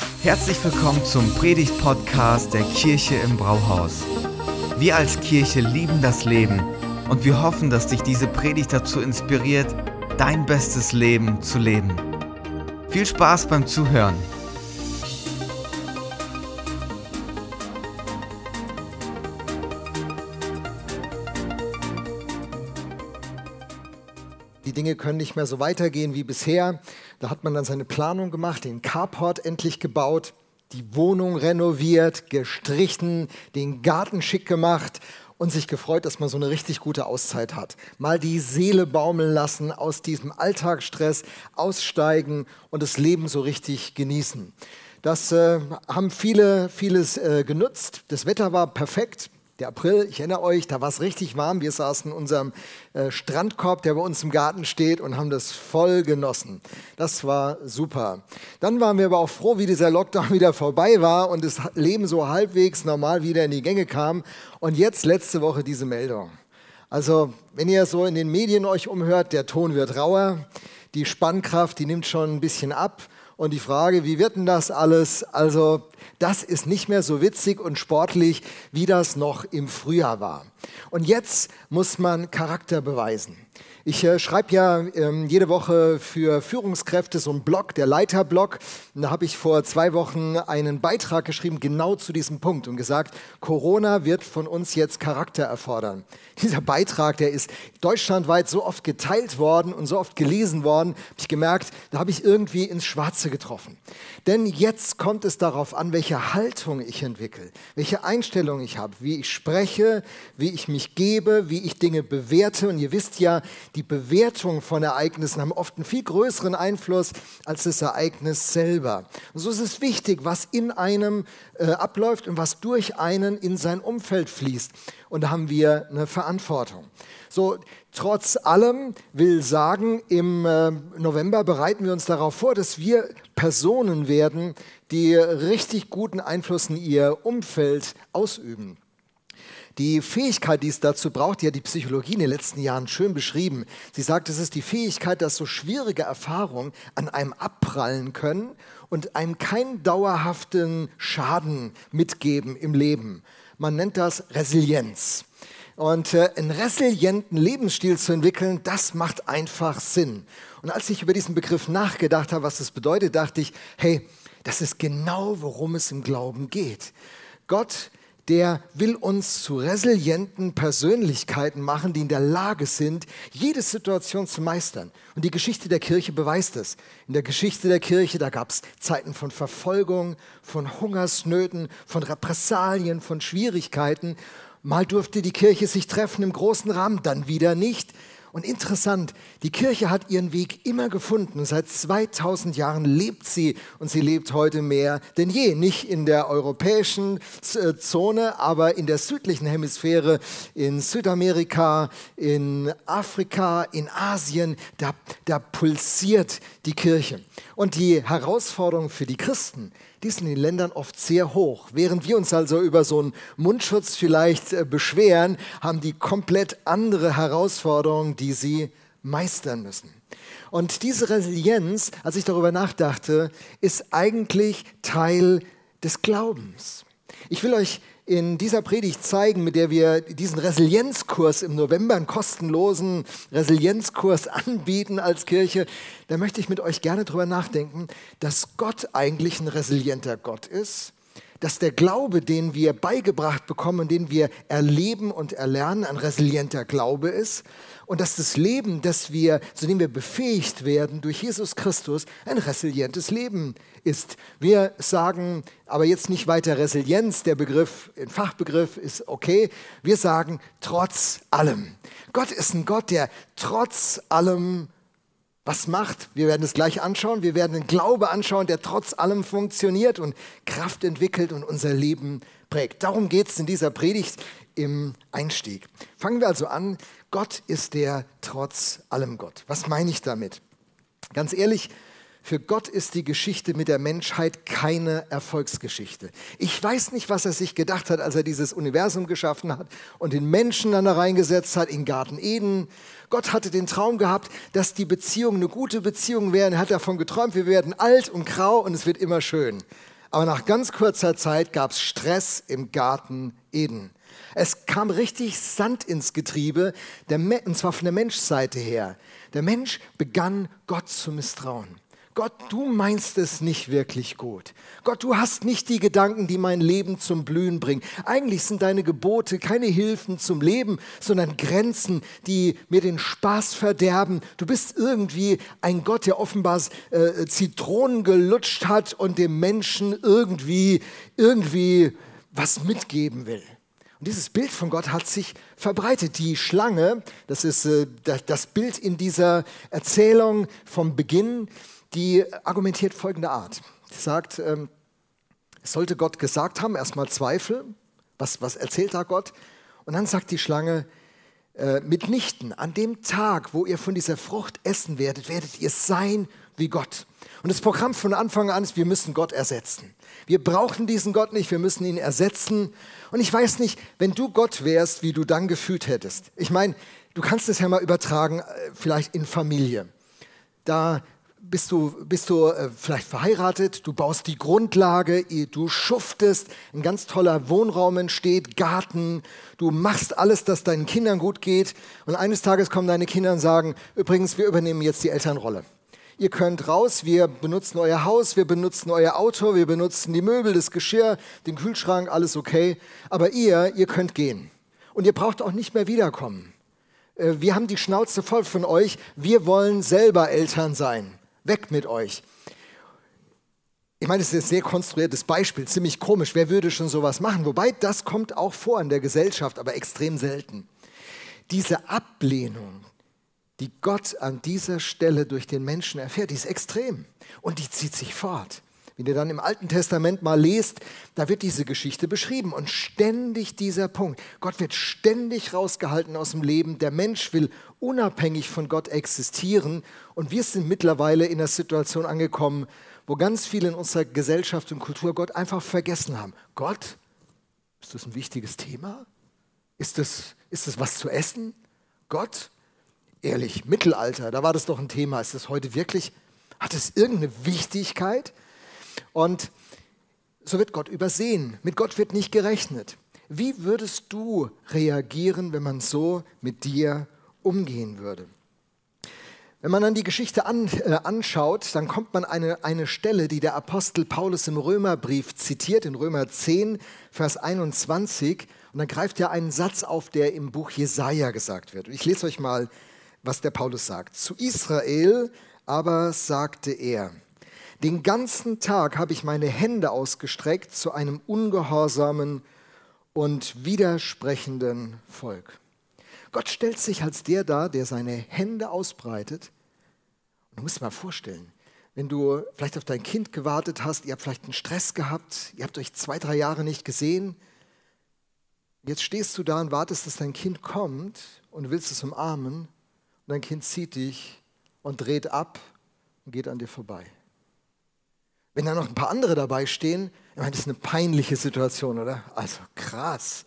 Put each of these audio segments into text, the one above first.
Herzlich willkommen zum Predigt-Podcast der Kirche im Brauhaus. Wir als Kirche lieben das Leben und wir hoffen, dass dich diese Predigt dazu inspiriert, dein bestes Leben zu leben. Viel Spaß beim Zuhören. Die Dinge können nicht mehr so weitergehen wie bisher. Da hat man dann seine Planung gemacht, den Carport endlich gebaut, die Wohnung renoviert, gestrichen, den Garten schick gemacht und sich gefreut, dass man so eine richtig gute Auszeit hat. Mal die Seele baumeln lassen, aus diesem Alltagsstress aussteigen und das Leben so richtig genießen. Das haben vieles genutzt. Das Wetter war perfekt. Der April, ich erinnere euch, da war es richtig warm. Wir saßen in unserem Strandkorb, der bei uns im Garten steht, und haben das voll genossen. Das war super. Dann waren wir aber auch froh, wie dieser Lockdown wieder vorbei war und das Leben so halbwegs normal wieder in die Gänge kam. Und jetzt letzte Woche diese Meldung. Also, wenn ihr so in den Medien euch umhört, der Ton wird rauer, die Spannkraft, die nimmt schon ein bisschen ab. Und die Frage, wie wird denn das alles? Also, das ist nicht mehr so witzig und sportlich, wie das noch im Frühjahr war. Und jetzt muss man Charakter beweisen. Ich schreibe ja jede Woche für Führungskräfte so einen Blog, der Leiterblog. Und da habe ich vor 2 Wochen einen Beitrag geschrieben, genau zu diesem Punkt, und gesagt, Corona wird von uns jetzt Charakter erfordern. Dieser Beitrag, der ist deutschlandweit so oft geteilt worden und so oft gelesen worden, habe ich gemerkt, da habe ich irgendwie ins Schwarze getroffen. Denn jetzt kommt es darauf an, welche Haltung ich entwickle, welche Einstellung ich habe, wie ich spreche, wie ich mich gebe, wie ich Dinge bewerte. Und ihr wisst ja, die Bewertung von Ereignissen haben oft einen viel größeren Einfluss als das Ereignis selber. Und so ist es wichtig, was in einem abläuft und was durch einen in sein Umfeld fließt. Und da haben wir eine Verantwortung. So, trotz allem will sagen, im November bereiten wir uns darauf vor, dass wir Personen werden, die richtig guten Einfluss in ihr Umfeld ausüben. Die Fähigkeit, die es dazu braucht, die hat die Psychologie in den letzten Jahren schön beschrieben. Sie sagt, es ist die Fähigkeit, dass so schwierige Erfahrungen an einem abprallen können und einem keinen dauerhaften Schaden mitgeben im Leben. Man nennt das Resilienz. Und einen resilienten Lebensstil zu entwickeln, das macht einfach Sinn. Und als ich über diesen Begriff nachgedacht habe, was das bedeutet, dachte ich, hey, das ist genau, worum es im Glauben geht. Gott, der will uns zu resilienten Persönlichkeiten machen, die in der Lage sind, jede Situation zu meistern. Und die Geschichte der Kirche beweist es. In der Geschichte der Kirche, da gab es Zeiten von Verfolgung, von Hungersnöten, von Repressalien, von Schwierigkeiten. Mal durfte die Kirche sich treffen im großen Rahmen, dann wieder nicht. Und interessant, die Kirche hat ihren Weg immer gefunden. Seit 2000 Jahren lebt sie, und sie lebt heute mehr denn je. Nicht in der europäischen Zone, aber in der südlichen Hemisphäre, in Südamerika, in Afrika, in Asien, da pulsiert die Kirche. Und die Herausforderungen für die Christen, die sind in den Ländern oft sehr hoch. Während wir uns also über so einen Mundschutz vielleicht beschweren, haben die komplett andere Herausforderungen, die sie meistern müssen. Und diese Resilienz, als ich darüber nachdachte, ist eigentlich Teil des Glaubens. Ich will euch in dieser Predigt zeigen, mit der wir diesen Resilienzkurs im November, einen kostenlosen Resilienzkurs anbieten als Kirche, da möchte ich mit euch gerne drüber nachdenken, dass Gott eigentlich ein resilienter Gott ist, dass der Glaube, den wir beigebracht bekommen, den wir erleben und erlernen, ein resilienter Glaube ist, und dass das Leben, zu dem wir befähigt werden durch Jesus Christus, ein resilientes Leben ist. Wir sagen aber jetzt nicht weiter Resilienz, der Begriff, ein Fachbegriff ist okay. Wir sagen trotz allem. Gott ist ein Gott, der trotz allem was macht. Wir werden es gleich anschauen. Wir werden den Glaube anschauen, der trotz allem funktioniert und Kraft entwickelt und unser Leben prägt. Darum geht es in dieser Predigt im Einstieg. Fangen wir also an. Gott ist der trotz allem Gott. Was meine ich damit? Ganz ehrlich, für Gott ist die Geschichte mit der Menschheit keine Erfolgsgeschichte. Ich weiß nicht, was er sich gedacht hat, als er dieses Universum geschaffen hat und den Menschen dann da reingesetzt hat, in Garten Eden. Gott hatte den Traum gehabt, dass die Beziehungen eine gute Beziehung wären. Er hat davon geträumt, wir werden alt und grau und es wird immer schön. Aber nach ganz kurzer Zeit gab es Stress im Garten Eden. Es kam richtig Sand ins Getriebe, und zwar von der Menschseite her. Der Mensch begann Gott zu misstrauen. Gott, du meinst es nicht wirklich gut. Gott, du hast nicht die Gedanken, die mein Leben zum Blühen bringen. Eigentlich sind deine Gebote keine Hilfen zum Leben, sondern Grenzen, die mir den Spaß verderben. Du bist irgendwie ein Gott, der offenbar Zitronen gelutscht hat und dem Menschen irgendwie was mitgeben will. Und dieses Bild von Gott hat sich verbreitet. Die Schlange, das ist das Bild in dieser Erzählung vom Beginn, die argumentiert folgende Art. Sie sagt, es sollte Gott gesagt haben, erstmal Zweifel, was erzählt da Gott? Und dann sagt die Schlange, mitnichten, an dem Tag, wo ihr von dieser Frucht essen werdet, werdet ihr sein wie Gott. Und das Programm von Anfang an ist, wir müssen Gott ersetzen. Wir brauchen diesen Gott nicht, wir müssen ihn ersetzen. Und ich weiß nicht, wenn du Gott wärst, wie du dann gefühlt hättest. Ich meine, du kannst es ja mal übertragen, vielleicht in Familie. Da bist du vielleicht verheiratet, du baust die Grundlage, du schuftest, ein ganz toller Wohnraum entsteht, Garten, du machst alles, dass deinen Kindern gut geht und eines Tages kommen deine Kinder und sagen, übrigens, wir übernehmen jetzt die Elternrolle. Ihr könnt raus, wir benutzen euer Haus, wir benutzen euer Auto, wir benutzen die Möbel, das Geschirr, den Kühlschrank, alles okay, aber ihr könnt gehen und ihr braucht auch nicht mehr wiederkommen. Wir haben die Schnauze voll von euch, wir wollen selber Eltern sein. Weg mit euch. Ich meine, das ist ein sehr konstruiertes Beispiel, ziemlich komisch. Wer würde schon sowas machen? Wobei, das kommt auch vor in der Gesellschaft, aber extrem selten. Diese Ablehnung, die Gott an dieser Stelle durch den Menschen erfährt, die ist extrem und die zieht sich fort. Wenn ihr dann im Alten Testament mal lest, da wird diese Geschichte beschrieben und ständig dieser Punkt. Gott wird ständig rausgehalten aus dem Leben. Der Mensch will unabhängig von Gott existieren und wir sind mittlerweile in der Situation angekommen, wo ganz viele in unserer Gesellschaft und Kultur Gott einfach vergessen haben. Gott, ist das ein wichtiges Thema? Ist das was zu essen? Gott? Ehrlich, Mittelalter, da war das doch ein Thema. Ist das heute wirklich, hat es irgendeine Wichtigkeit? Und so wird Gott übersehen. Mit Gott wird nicht gerechnet. Wie würdest du reagieren, wenn man so mit dir umgehen würde? Wenn man dann die Geschichte anschaut, dann kommt man an eine Stelle, die der Apostel Paulus im Römerbrief zitiert, in Römer 10, Vers 21. Und dann greift er einen Satz auf, der im Buch Jesaja gesagt wird. Und ich lese euch mal, was der Paulus sagt. Zu Israel aber sagte er, den ganzen Tag habe ich meine Hände ausgestreckt zu einem ungehorsamen und widersprechenden Volk. Gott stellt sich als der dar, der seine Hände ausbreitet. Und du musst dir mal vorstellen, wenn du vielleicht auf dein Kind gewartet hast, ihr habt vielleicht einen Stress gehabt, ihr habt euch 2-3 Jahre nicht gesehen. Jetzt stehst du da und wartest, dass dein Kind kommt und du willst es umarmen. Und dein Kind zieht dich und dreht ab und geht an dir vorbei. Wenn da noch ein paar andere dabei stehen, ich meine, das ist eine peinliche Situation, oder? Also krass.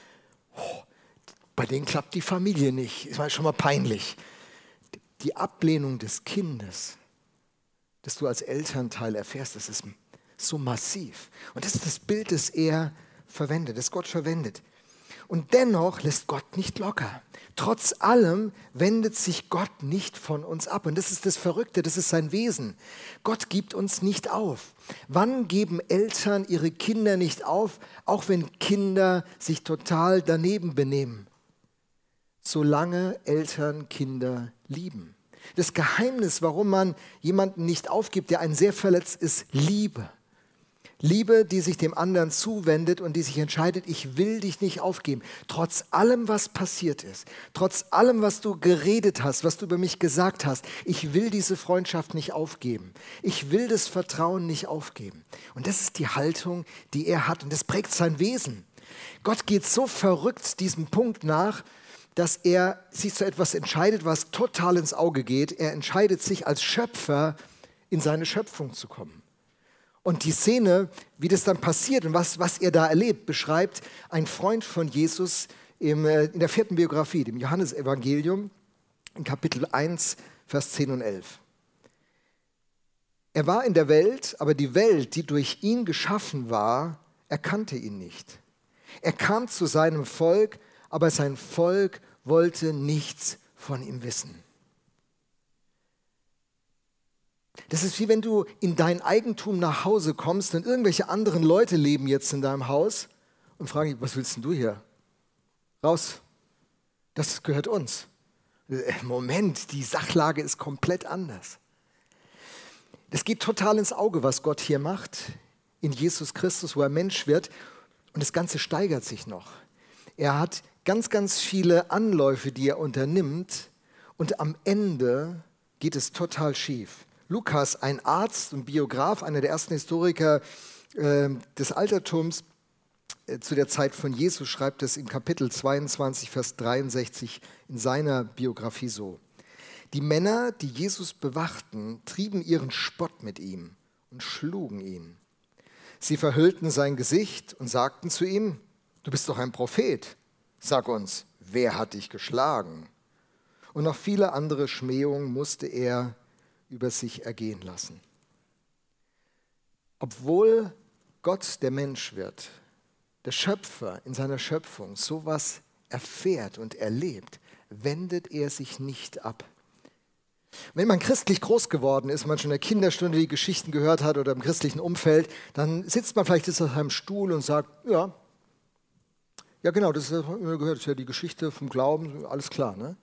Bei denen klappt die Familie nicht. Ist mal schon mal peinlich. Die Ablehnung des Kindes, das du als Elternteil erfährst, das ist so massiv. Und das ist das Bild, das er verwendet, das Gott verwendet. Und dennoch lässt Gott nicht locker. Trotz allem wendet sich Gott nicht von uns ab. Und das ist das Verrückte, das ist sein Wesen. Gott gibt uns nicht auf. Wann geben Eltern ihre Kinder nicht auf, auch wenn Kinder sich total daneben benehmen? Solange Eltern Kinder lieben. Das Geheimnis, warum man jemanden nicht aufgibt, der einen sehr verletzt, ist Liebe. Liebe, die sich dem anderen zuwendet und die sich entscheidet, ich will dich nicht aufgeben. Trotz allem, was passiert ist, trotz allem, was du geredet hast, was du über mich gesagt hast, ich will diese Freundschaft nicht aufgeben. Ich will das Vertrauen nicht aufgeben. Und das ist die Haltung, die er hat und das prägt sein Wesen. Gott geht so verrückt diesem Punkt nach, dass er sich zu etwas entscheidet, was total ins Auge geht. Er entscheidet sich als Schöpfer in seine Schöpfung zu kommen. Und die Szene, wie das dann passiert und was er da erlebt, beschreibt ein Freund von Jesus in der 4. Biografie, dem Johannesevangelium, in Kapitel 1, Vers 10 und 11. Er war in der Welt, aber die Welt, die durch ihn geschaffen war, erkannte ihn nicht. Er kam zu seinem Volk, aber sein Volk wollte nichts von ihm wissen. Das ist wie wenn du in dein Eigentum nach Hause kommst und irgendwelche anderen Leute leben jetzt in deinem Haus und fragen, was willst denn du hier? Raus, das gehört uns. Moment, die Sachlage ist komplett anders. Es geht total ins Auge, was Gott hier macht, in Jesus Christus, wo er Mensch wird. Und das Ganze steigert sich noch. Er hat ganz, ganz viele Anläufe, die er unternimmt. Und am Ende geht es total schief. Lukas, ein Arzt und Biograf, einer der ersten Historiker des Altertums zu der Zeit von Jesus, schreibt es im Kapitel 22, Vers 63 in seiner Biografie so. Die Männer, die Jesus bewachten, trieben ihren Spott mit ihm und schlugen ihn. Sie verhüllten sein Gesicht und sagten zu ihm, du bist doch ein Prophet. Sag uns, wer hat dich geschlagen? Und noch viele andere Schmähungen musste er über sich ergehen lassen. Obwohl Gott der Mensch wird, der Schöpfer in seiner Schöpfung sowas erfährt und erlebt, wendet er sich nicht ab. Wenn man christlich groß geworden ist, wenn man schon in der Kinderstunde die Geschichten gehört hat oder im christlichen Umfeld, dann sitzt man vielleicht auf einem Stuhl und sagt, ja genau, das gehört, das ist ja die Geschichte vom Glauben, alles klar. Ne?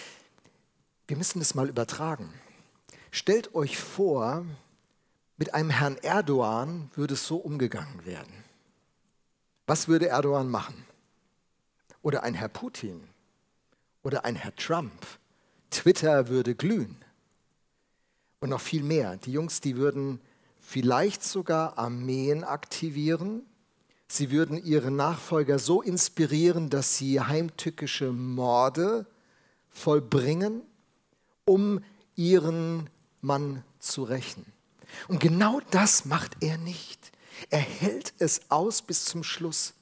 Wir müssen das mal übertragen. Stellt euch vor, mit einem Herrn Erdogan würde es so umgegangen werden. Was würde Erdogan machen? Oder ein Herr Putin? Oder ein Herr Trump? Twitter würde glühen. Und noch viel mehr. Die Jungs, die würden vielleicht sogar Armeen aktivieren. Sie würden ihre Nachfolger so inspirieren, dass sie heimtückische Morde vollbringen, um ihren Mann zu rächen. Und genau das macht er nicht. Er hält es aus bis zum Schluss.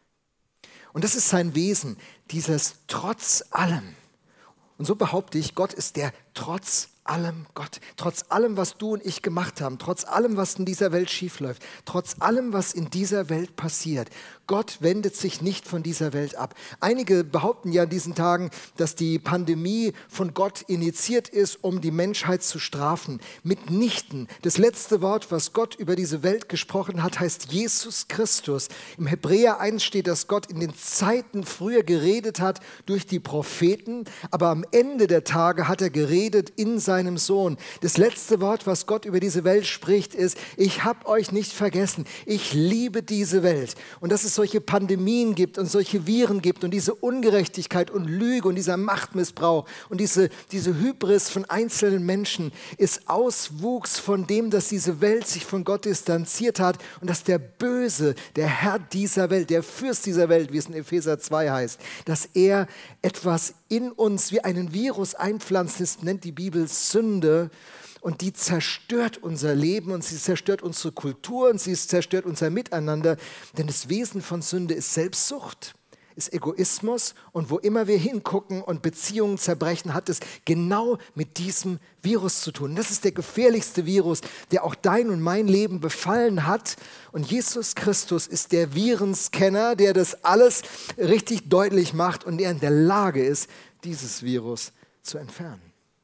Und das ist sein Wesen, dieses trotz allem. Und so behaupte ich, Gott ist der trotz allem Gott. Trotz allem, was du und ich gemacht haben, trotz allem, was in dieser Welt schiefläuft, trotz allem, was in dieser Welt passiert. Gott wendet sich nicht von dieser Welt ab. Einige behaupten ja in diesen Tagen, dass die Pandemie von Gott initiiert ist, um die Menschheit zu strafen. Mitnichten. Das letzte Wort, was Gott über diese Welt gesprochen hat, heißt Jesus Christus. Im Hebräer 1 steht, dass Gott in den Zeiten früher geredet hat durch die Propheten, aber am Ende der Tage hat er geredet in seinem Sohn. Das letzte Wort, was Gott über diese Welt spricht, ist, ich habe euch nicht vergessen, ich liebe diese Welt. Und dass es solche Pandemien gibt und solche Viren gibt und diese Ungerechtigkeit und Lüge und dieser Machtmissbrauch und diese Hybris von einzelnen Menschen ist Auswuchs von dem, dass diese Welt sich von Gott distanziert hat und dass der Böse, der Herr dieser Welt, der Fürst dieser Welt, wie es in Epheser 2 heißt, dass er etwas in uns wie einen Virus einpflanzt, das nennt die Bibel Sünde, und die zerstört unser Leben und sie zerstört unsere Kultur und sie zerstört unser Miteinander, denn das Wesen von Sünde ist Selbstsucht, ist Egoismus und wo immer wir hingucken und Beziehungen zerbrechen, hat es genau mit diesem Virus zu tun. Das ist der gefährlichste Virus, der auch dein und mein Leben befallen hat, und Jesus Christus ist der Virenscanner, der das alles richtig deutlich macht und der in der Lage ist, dieses Virus zu entfernen.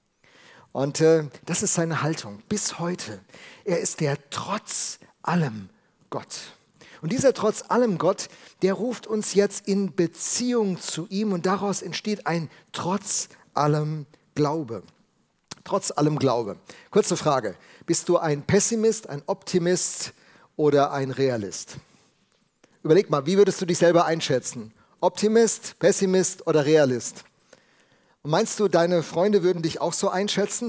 Und das ist seine Haltung bis heute. Er ist der trotz allem Gott. Und dieser trotz allem Gott, der ruft uns jetzt in Beziehung zu ihm und daraus entsteht ein trotz allem Glaube. Trotz allem Glaube. Kurze Frage, bist du ein Pessimist, ein Optimist oder ein Realist? Überleg mal, wie würdest du dich selber einschätzen? Optimist, Pessimist oder Realist? Und meinst du, deine Freunde würden dich auch so einschätzen?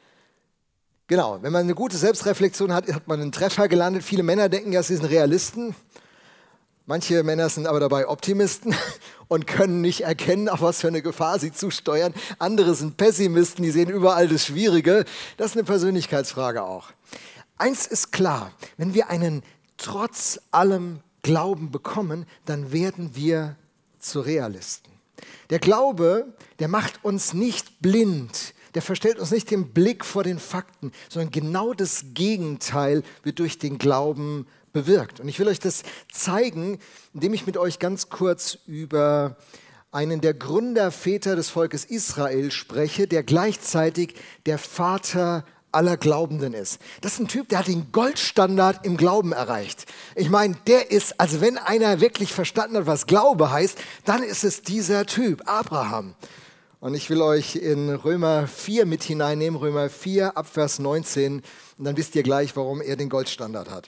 Genau, wenn man eine gute Selbstreflexion hat, hat man einen Treffer gelandet. Viele Männer denken ja, sie sind Realisten. Manche Männer sind aber dabei Optimisten und können nicht erkennen, auf was für eine Gefahr sie zusteuern. Andere sind Pessimisten, die sehen überall das Schwierige. Das ist eine Persönlichkeitsfrage auch. Eins ist klar, wenn wir einen trotz allem Glauben bekommen, dann werden wir zu Realisten. Der Glaube, der macht uns nicht blind, der verstellt uns nicht den Blick vor den Fakten, sondern genau das Gegenteil wird durch den Glauben bewirkt. Und ich will euch das zeigen, indem ich mit euch ganz kurz über einen der Gründerväter des Volkes Israel spreche, der gleichzeitig der Vater aller Glaubenden ist. Das ist ein Typ, der hat den Goldstandard im Glauben erreicht. Ich meine, der ist, also wenn einer wirklich verstanden hat, was Glaube heißt, dann ist es dieser Typ, Abraham. Und ich will euch in Römer 4 mit hineinnehmen, Römer 4 ab Vers 19, und dann wisst ihr gleich, warum er den Goldstandard hat.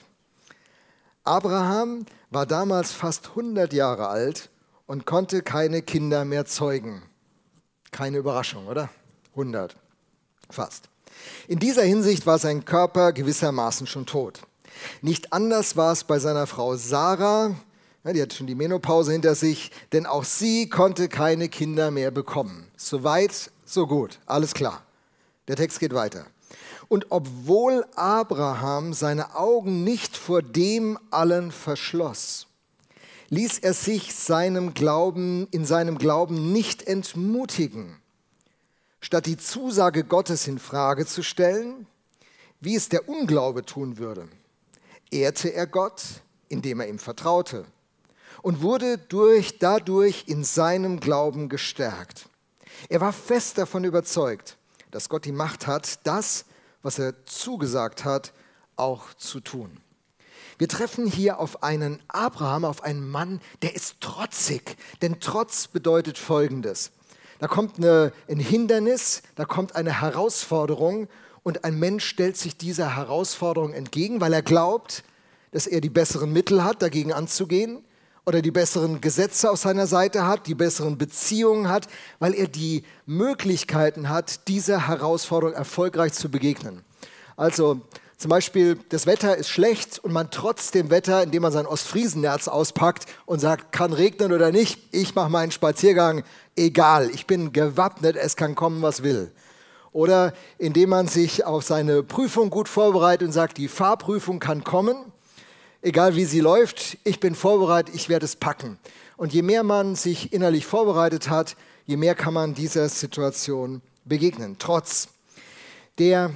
Abraham war damals fast 100 Jahre alt und konnte keine Kinder mehr zeugen. Keine Überraschung, oder? 100, fast. In dieser Hinsicht war sein Körper gewissermaßen schon tot. Nicht anders war es bei seiner Frau Sarah, die hat schon die Menopause hinter sich, denn auch sie konnte keine Kinder mehr bekommen. Soweit, so gut, alles klar. Der Text geht weiter. Und obwohl Abraham seine Augen nicht vor dem allen verschloss, ließ er sich in seinem Glauben nicht entmutigen. Statt die Zusage Gottes in Frage zu stellen, wie es der Unglaube tun würde, ehrte er Gott, indem er ihm vertraute und wurde dadurch in seinem Glauben gestärkt. Er war fest davon überzeugt, dass Gott die Macht hat, das, was er zugesagt hat, auch zu tun. Wir treffen hier auf einen Abraham, auf einen Mann, der ist trotzig. Denn Trotz bedeutet Folgendes. Da kommt ein Hindernis, da kommt eine Herausforderung und ein Mensch stellt sich dieser Herausforderung entgegen, weil er glaubt, dass er die besseren Mittel hat, dagegen anzugehen oder die besseren Gesetze auf seiner Seite hat, die besseren Beziehungen hat, weil er die Möglichkeiten hat, dieser Herausforderung erfolgreich zu begegnen. Also zum Beispiel, das Wetter ist schlecht und man trotz dem Wetter, indem man sein Ostfriesennerz auspackt und sagt, kann regnen oder nicht, ich mache meinen Spaziergang, egal, ich bin gewappnet, es kann kommen, was will. Oder indem man sich auf seine Prüfung gut vorbereitet und sagt, die Fahrprüfung kann kommen, egal wie sie läuft, ich bin vorbereitet, ich werde es packen. Und je mehr man sich innerlich vorbereitet hat, je mehr kann man dieser Situation begegnen. Trotz der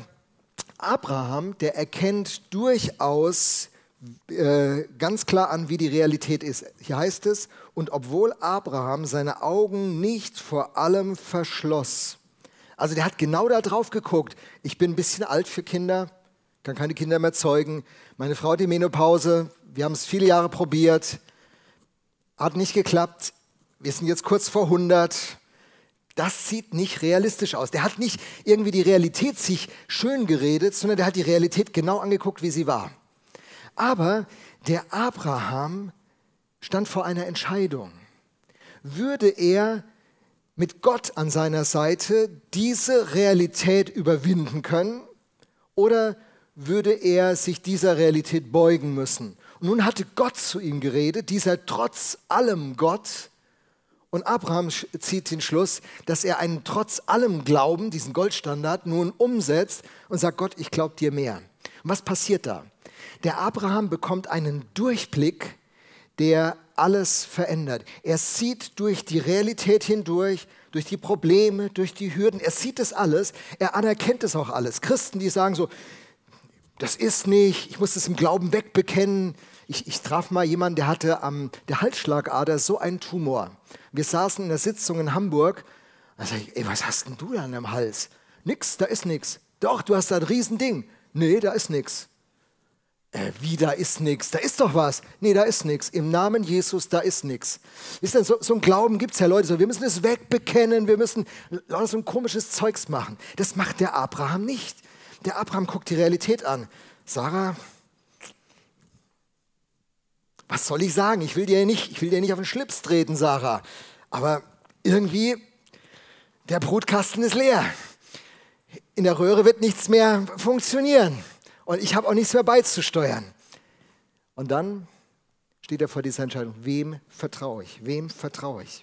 Abraham, der erkennt durchaus ganz klar an, wie die Realität ist. Hier heißt es, und obwohl Abraham seine Augen nicht vor allem verschloss, also der hat genau da drauf geguckt, ich bin ein bisschen alt für Kinder, kann keine Kinder mehr zeugen, meine Frau hat die Menopause, wir haben es viele Jahre probiert, hat nicht geklappt, wir sind jetzt kurz vor 100, das sieht nicht realistisch aus. Der hat nicht irgendwie die Realität sich schön geredet, sondern der hat die Realität genau angeguckt, wie sie war. Aber der Abraham stand vor einer Entscheidung. Würde er mit Gott an seiner Seite diese Realität überwinden können oder würde er sich dieser Realität beugen müssen? Und nun hatte Gott zu ihm geredet, dieser trotz allem Gott. Und Abraham zieht den Schluss, dass er einen trotz allem Glauben, diesen Goldstandard, nun umsetzt und sagt, Gott, ich glaube dir mehr. Und was passiert da? Der Abraham bekommt einen Durchblick, der alles verändert. Er sieht durch die Realität hindurch, durch die Probleme, durch die Hürden. Er sieht das alles, er anerkennt es auch alles. Christen, die sagen so, das ist nicht, ich muss das im Glauben wegbekennen. Ich traf mal jemanden, der hatte an der Halsschlagader so einen Tumor. Wir saßen in der Sitzung in Hamburg. Da sag ich, was hast denn du da an dem Hals? Nix, da ist nix. Doch, du hast da ein Riesending. Nee, da ist nix. Wie, da ist nix? Da ist doch was. Nee, da ist nix. Im Namen Jesus, da ist nix. Wisst ihr, so ein Glauben gibt es ja, Leute. So, wir müssen es wegbekennen, wir müssen so ein komisches Zeugs machen. Das macht der Abraham nicht. Der Abraham guckt die Realität an. Sarah, was soll ich sagen? Ich will dir nicht auf den Schlips treten, Sarah. Aber irgendwie, der Brutkasten ist leer. In der Röhre wird nichts mehr funktionieren. Und ich habe auch nichts mehr beizusteuern. Und dann steht er vor dieser Entscheidung. Wem vertraue ich? Wem vertraue ich?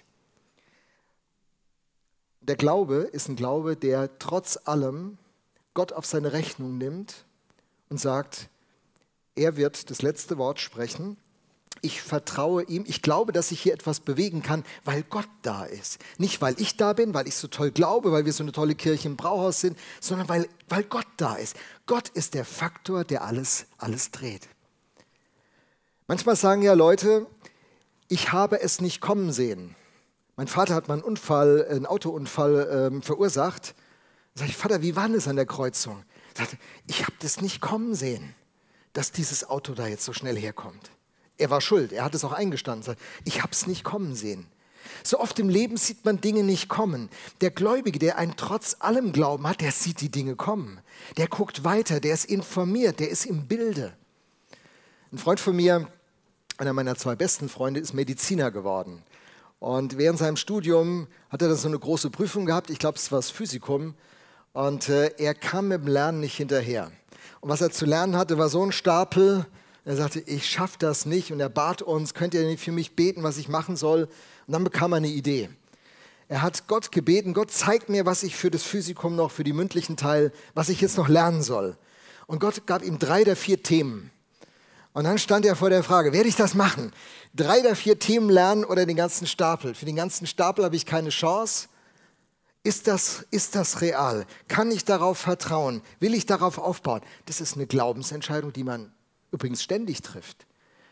Der Glaube ist ein Glaube, der trotz allem Gott auf seine Rechnung nimmt und sagt, er wird das letzte Wort sprechen. ich vertraue ihm, ich glaube, dass ich hier etwas bewegen kann, weil Gott da ist. Nicht, weil ich da bin, weil ich so toll glaube, weil wir so eine tolle Kirche im Brauhaus sind, sondern weil Gott da ist. Gott ist der Faktor, der alles dreht. Manchmal sagen ja Leute, ich habe es nicht kommen sehen. Mein Vater hat mal einen Autounfall verursacht. Da sage ich, Vater, wie war das an der Kreuzung? Er sagte, ich habe das nicht kommen sehen, dass dieses Auto da jetzt so schnell herkommt. Er war schuld, er hat es auch eingestanden. Ich habe es nicht kommen sehen. So oft im Leben sieht man Dinge nicht kommen. Der Gläubige, der einen trotz allem Glauben hat, der sieht die Dinge kommen. Der guckt weiter, der ist informiert, der ist im Bilde. Ein Freund von mir, einer meiner 2 besten Freunde, ist Mediziner geworden. Und während seinem Studium hat er dann so eine große Prüfung gehabt, ich glaube, es war das Physikum. Und er kam mit dem Lernen nicht hinterher. Und was er zu lernen hatte, war so ein Stapel. Er sagte, ich schaffe das nicht. Und er bat uns, könnt ihr nicht für mich beten, was ich machen soll? Und dann bekam er eine Idee. Er hat Gott gebeten, Gott zeigt mir, was ich für das Physikum noch, für die mündlichen Teil, was ich jetzt noch lernen soll. Und Gott gab ihm 3 der 4 Themen. Und dann stand er vor der Frage, werde ich das machen? 3 der 4 Themen lernen oder den ganzen Stapel? Für den ganzen Stapel habe ich keine Chance. Ist das real? Kann ich darauf vertrauen? Will ich darauf aufbauen? Das ist eine Glaubensentscheidung, die man übrigens ständig trifft.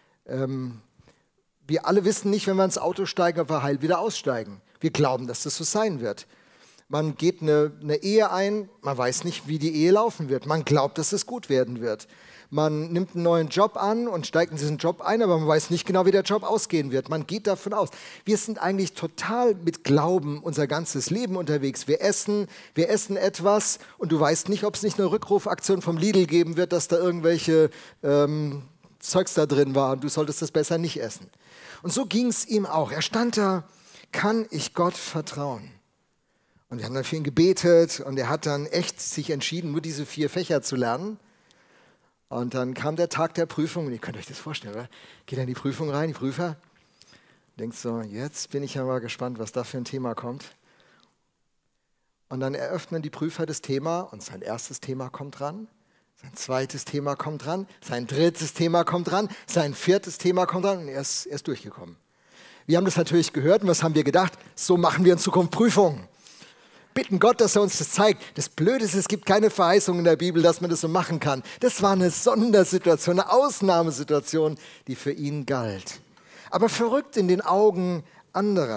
Wir alle wissen nicht, wenn wir ins Auto steigen, ob wir heil wieder aussteigen. Wir glauben, dass das so sein wird. Man geht eine Ehe ein, man weiß nicht, wie die Ehe laufen wird. Man glaubt, dass es gut werden wird. Man nimmt einen neuen Job an und steigt in diesen Job ein, aber man weiß nicht genau, wie der Job ausgehen wird. Man geht davon aus. Wir sind eigentlich total mit Glauben unser ganzes Leben unterwegs. Wir essen etwas und du weißt nicht, ob es nicht eine Rückrufaktion vom Lidl geben wird, dass da irgendwelche Zeugs da drin war und du solltest das besser nicht essen. Und so ging es ihm auch. Er stand da, kann ich Gott vertrauen? Und wir haben dann für ihn gebetet und er hat dann echt sich entschieden, nur diese 4 Fächer zu lernen. Und dann kam der Tag der Prüfung und ihr könnt euch das vorstellen, oder? Geht in die Prüfung rein, die Prüfer, denkt so, jetzt bin ich ja mal gespannt, was da für ein Thema kommt. Und dann eröffnen die Prüfer das Thema und sein erstes Thema kommt dran, sein zweites Thema kommt dran, sein drittes Thema kommt dran, sein 4. Thema kommt dran und er ist durchgekommen. Wir haben das natürlich gehört und was haben wir gedacht? So machen wir in Zukunft Prüfungen. Bitten Gott, dass er uns das zeigt. Das Blöde ist, es gibt keine Verheißung in der Bibel, dass man das so machen kann. Das war eine Sondersituation, eine Ausnahmesituation, die für ihn galt. Aber verrückt in den Augen anderer,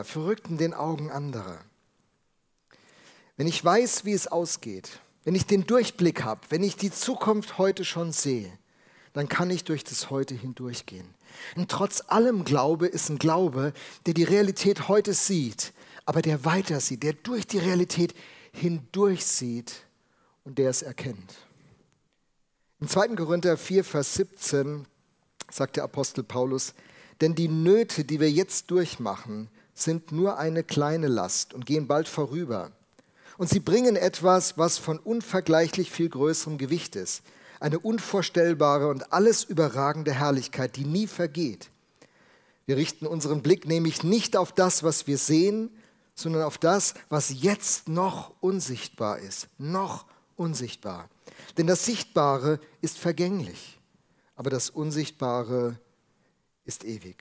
Wenn ich weiß, wie es ausgeht, wenn ich den Durchblick habe, wenn ich die Zukunft heute schon sehe, dann kann ich durch das Heute hindurchgehen. Und trotz allem Glaube ist ein Glaube, der die Realität heute sieht, aber der weiter sieht, der durch die Realität hindurch sieht und der es erkennt. Im 2. Korinther 4, Vers 17 sagt der Apostel Paulus, denn die Nöte, die wir jetzt durchmachen, sind nur eine kleine Last und gehen bald vorüber. Und sie bringen etwas, was von unvergleichlich viel größerem Gewicht ist. Eine unvorstellbare und alles überragende Herrlichkeit, die nie vergeht. Wir richten unseren Blick nämlich nicht auf das, was wir sehen, sondern auf das, was jetzt noch unsichtbar ist. Noch unsichtbar. Denn das Sichtbare ist vergänglich, aber das Unsichtbare ist ewig.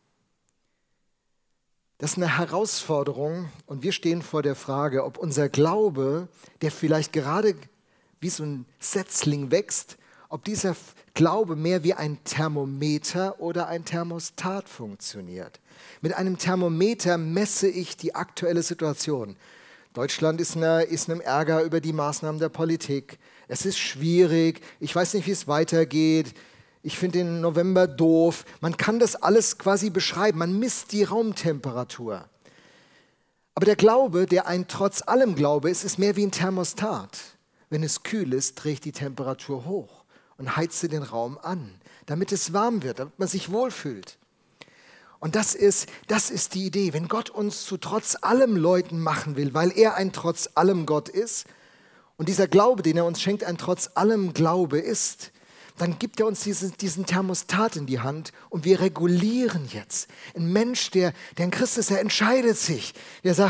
Das ist eine Herausforderung und wir stehen vor der Frage, ob unser Glaube, der vielleicht gerade wie so ein Setzling wächst, ob dieser Glaube mehr wie ein Thermometer oder ein Thermostat funktioniert. Mit einem Thermometer messe ich die aktuelle Situation. Deutschland ist in einem Ärger über die Maßnahmen der Politik. Es ist schwierig, ich weiß nicht, wie es weitergeht. Ich finde den November doof. Man kann das alles quasi beschreiben. Man misst die Raumtemperatur. Aber der Glaube, der ein trotz allem Glaube ist, ist mehr wie ein Thermostat. Wenn es kühl ist, drehe ich die Temperatur hoch und heize den Raum an, damit es warm wird, damit man sich wohlfühlt. Und das ist die Idee. Wenn Gott uns zu trotz allem Leuten machen will, weil er ein trotz allem Gott ist und dieser Glaube, den er uns schenkt, ein trotz allem Glaube ist, dann gibt er uns diesen Thermostat in die Hand und wir regulieren jetzt. Ein Mensch, der ein Christ ist, der entscheidet sich. Der sagt,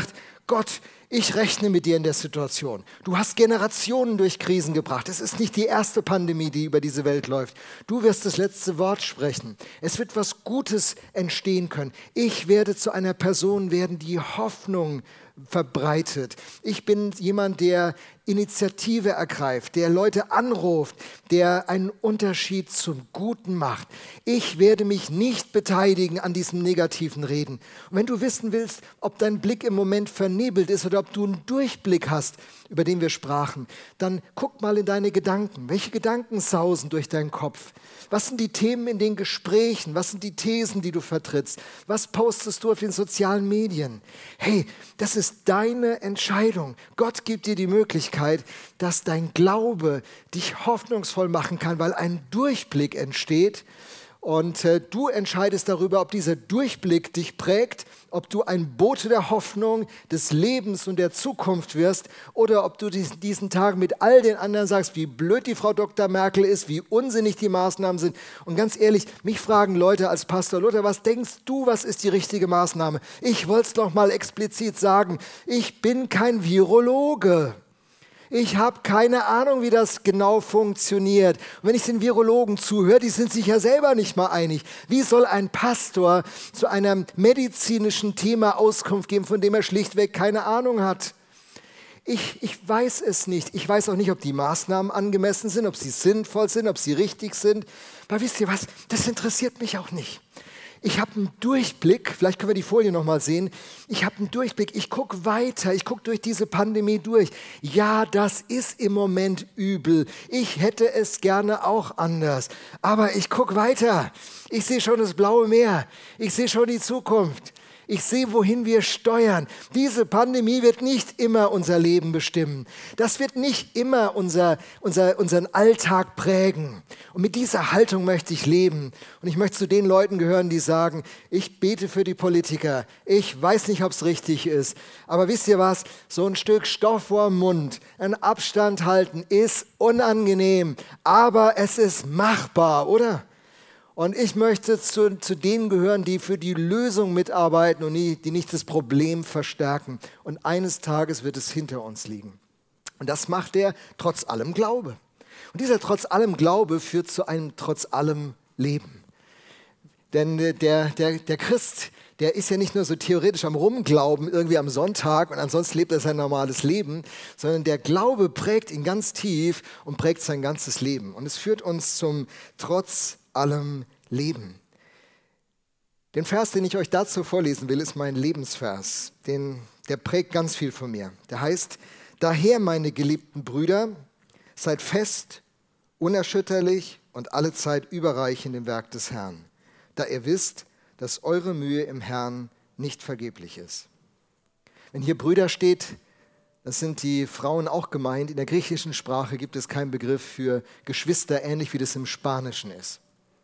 Gott, ich rechne mit dir in der Situation. Du hast Generationen durch Krisen gebracht. Es ist nicht die erste Pandemie, die über diese Welt läuft. Du wirst das letzte Wort sprechen. Es wird was Gutes entstehen können. Ich werde zu einer Person werden, die Hoffnung verbreitet. Ich bin jemand, der Initiative ergreift, der Leute anruft, der einen Unterschied zum Guten macht. Ich werde mich nicht beteiligen an diesem negativen Reden. Und wenn du wissen willst, ob dein Blick im Moment vernebelt ist oder ob du einen Durchblick hast, über den wir sprachen, dann guck mal in deine Gedanken. Welche Gedanken sausen durch deinen Kopf? Was sind die Themen in den Gesprächen? Was sind die Thesen, die du vertrittst? Was postest du auf den sozialen Medien? Hey, das ist deine Entscheidung. Gott gibt dir die Möglichkeit, dass dein Glaube dich hoffnungsvoll machen kann, weil ein Durchblick entsteht. Und du entscheidest darüber, ob dieser Durchblick dich prägt, ob du ein Bote der Hoffnung, des Lebens und der Zukunft wirst oder ob du diesen Tag mit all den anderen sagst, wie blöd die Frau Dr. Merkel ist, wie unsinnig die Maßnahmen sind. Und ganz ehrlich, mich fragen Leute als Pastor Luther, was denkst du, was ist die richtige Maßnahme? Ich wollte es noch mal explizit sagen, ich bin kein Virologe. Ich habe keine Ahnung, wie das genau funktioniert. Und wenn ich den Virologen zuhöre, die sind sich ja selber nicht mal einig. Wie soll ein Pastor zu einem medizinischen Thema Auskunft geben, von dem er schlichtweg keine Ahnung hat? Ich weiß es nicht. Ich weiß auch nicht, ob die Maßnahmen angemessen sind, ob sie sinnvoll sind, ob sie richtig sind. Aber wisst ihr was? Das interessiert mich auch nicht. Ich habe einen Durchblick, vielleicht können wir die Folie nochmal sehen. Ich habe einen Durchblick, ich gucke weiter, ich gucke durch diese Pandemie durch. Ja, das ist im Moment übel. Ich hätte es gerne auch anders. Aber ich gucke weiter. Ich sehe schon das blaue Meer. Ich sehe schon die Zukunft. Ich sehe, wohin wir steuern. Diese Pandemie wird nicht immer unser Leben bestimmen. Das wird nicht immer unseren Alltag prägen. Und mit dieser Haltung möchte ich leben. Und ich möchte zu den Leuten gehören, die sagen, ich bete für die Politiker. Ich weiß nicht, ob es richtig ist. Aber wisst ihr was? So ein Stück Stoff vor dem Mund, einen Abstand halten, ist unangenehm. Aber es ist machbar, oder? Und ich möchte zu denen gehören, die für die Lösung mitarbeiten und die nicht das Problem verstärken. Und eines Tages wird es hinter uns liegen. Und das macht er trotz allem Glaube. Und dieser trotz allem Glaube führt zu einem trotz allem Leben. Denn der Christ, der ist ja nicht nur so theoretisch am Rumglauben, irgendwie am Sonntag und ansonsten lebt er sein normales Leben, sondern der Glaube prägt ihn ganz tief und prägt sein ganzes Leben. Und es führt uns zum trotz allem Leben. Den Vers, den ich euch dazu vorlesen will, ist mein Lebensvers. Der prägt ganz viel von mir. Der heißt, daher, meine geliebten Brüder, seid fest, unerschütterlich und allezeit überreich in dem Werk des Herrn, da ihr wisst, dass eure Mühe im Herrn nicht vergeblich ist. Wenn hier Brüder steht, das sind die Frauen auch gemeint. In der griechischen Sprache gibt es keinen Begriff für Geschwister, ähnlich wie das im Spanischen ist.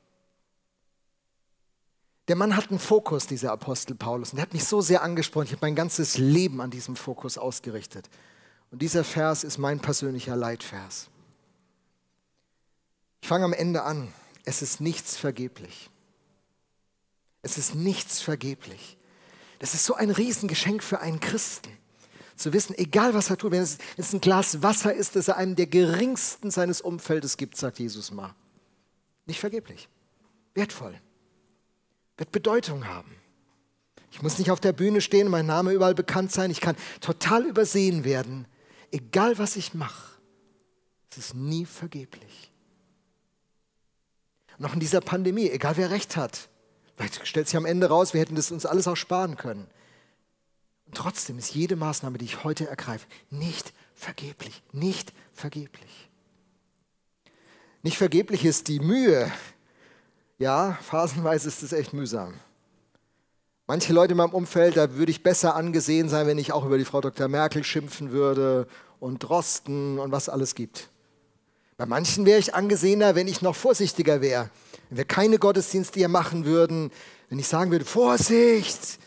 Der Mann hat einen Fokus, dieser Apostel Paulus, und der hat mich so sehr angesprochen. Ich habe mein ganzes Leben an diesem Fokus ausgerichtet. Und dieser Vers ist mein persönlicher Leitvers. Ich fange am Ende an. Es ist nichts vergeblich. Es ist nichts vergeblich. Das ist so ein Riesengeschenk für einen Christen. Zu wissen, egal was er tut, wenn es ein Glas Wasser ist, das er einem der geringsten seines Umfeldes gibt, sagt Jesus mal. Nicht vergeblich. Wertvoll. Wird Bedeutung haben. Ich muss nicht auf der Bühne stehen, mein Name überall bekannt sein. Ich kann total übersehen werden. Egal, was ich mache, es ist nie vergeblich. Noch in dieser Pandemie, egal wer recht hat. Vielleicht stellt sich am Ende raus, wir hätten das uns alles auch sparen können. Und trotzdem ist jede Maßnahme, die ich heute ergreife, nicht vergeblich. Nicht vergeblich. Nicht vergeblich ist die Mühe. Ja, phasenweise ist es echt mühsam. Manche Leute in meinem Umfeld, da würde ich besser angesehen sein, wenn ich auch über die Frau Dr. Merkel schimpfen würde und Drosten und was alles gibt. Bei manchen wäre ich angesehener, wenn ich noch vorsichtiger wäre. Wenn wir keine Gottesdienste hier machen würden, wenn ich sagen würde, Vorsicht!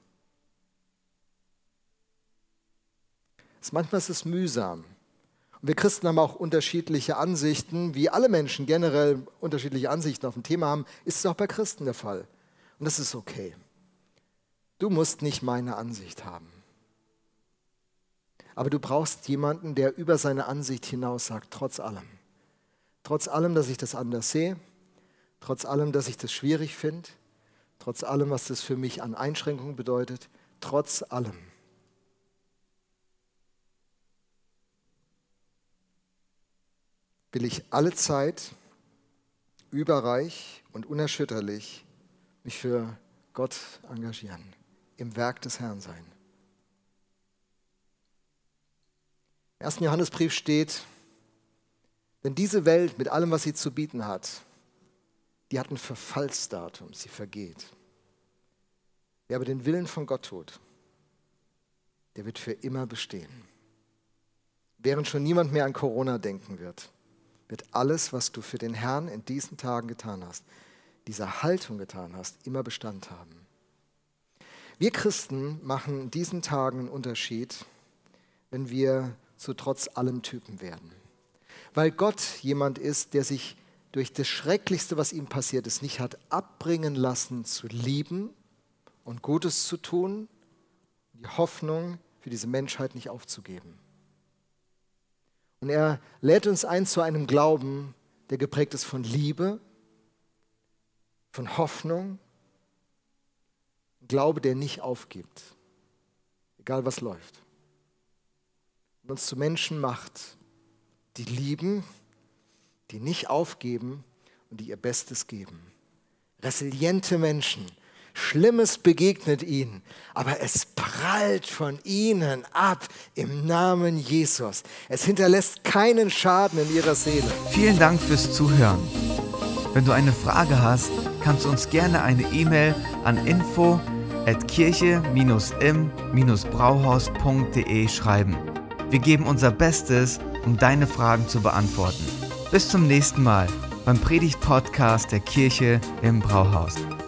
Manchmal ist es mühsam. Und wir Christen haben auch unterschiedliche Ansichten, wie alle Menschen generell unterschiedliche Ansichten auf ein Thema haben, ist es auch bei Christen der Fall. Und das ist okay. Du musst nicht meine Ansicht haben. Aber du brauchst jemanden, der über seine Ansicht hinaus sagt, trotz allem, dass ich das anders sehe, trotz allem, dass ich das schwierig finde, trotz allem, was das für mich an Einschränkungen bedeutet, trotz allem. Will ich alle Zeit überreich und unerschütterlich mich für Gott engagieren, im Werk des Herrn sein. Im 1. Johannesbrief steht, denn diese Welt mit allem, was sie zu bieten hat, die hat ein Verfallsdatum, sie vergeht. Wer aber den Willen von Gott tut, der wird für immer bestehen. Während schon niemand mehr an Corona denken wird alles, was du für den Herrn in diesen Tagen getan hast, dieser Haltung getan hast, immer Bestand haben. Wir Christen machen in diesen Tagen einen Unterschied, wenn wir zu trotz allem Typen werden. Weil Gott jemand ist, der sich durch das Schrecklichste, was ihm passiert ist, nicht hat abbringen lassen, zu lieben und Gutes zu tun, die Hoffnung für diese Menschheit nicht aufzugeben. Und er lädt uns ein zu einem Glauben, der geprägt ist von Liebe, von Hoffnung, ein Glaube, der nicht aufgibt, egal was läuft. Und uns zu Menschen macht, die lieben, die nicht aufgeben und die ihr Bestes geben. Resiliente Menschen. Schlimmes begegnet ihnen, aber es prallt von ihnen ab im Namen Jesus. Es hinterlässt keinen Schaden in ihrer Seele. Vielen Dank fürs Zuhören. Wenn du eine Frage hast, kannst du uns gerne eine E-Mail an info@kirche-im-brauhaus.de schreiben. Wir geben unser Bestes, um deine Fragen zu beantworten. Bis zum nächsten Mal beim Predigt-Podcast der Kirche im Brauhaus.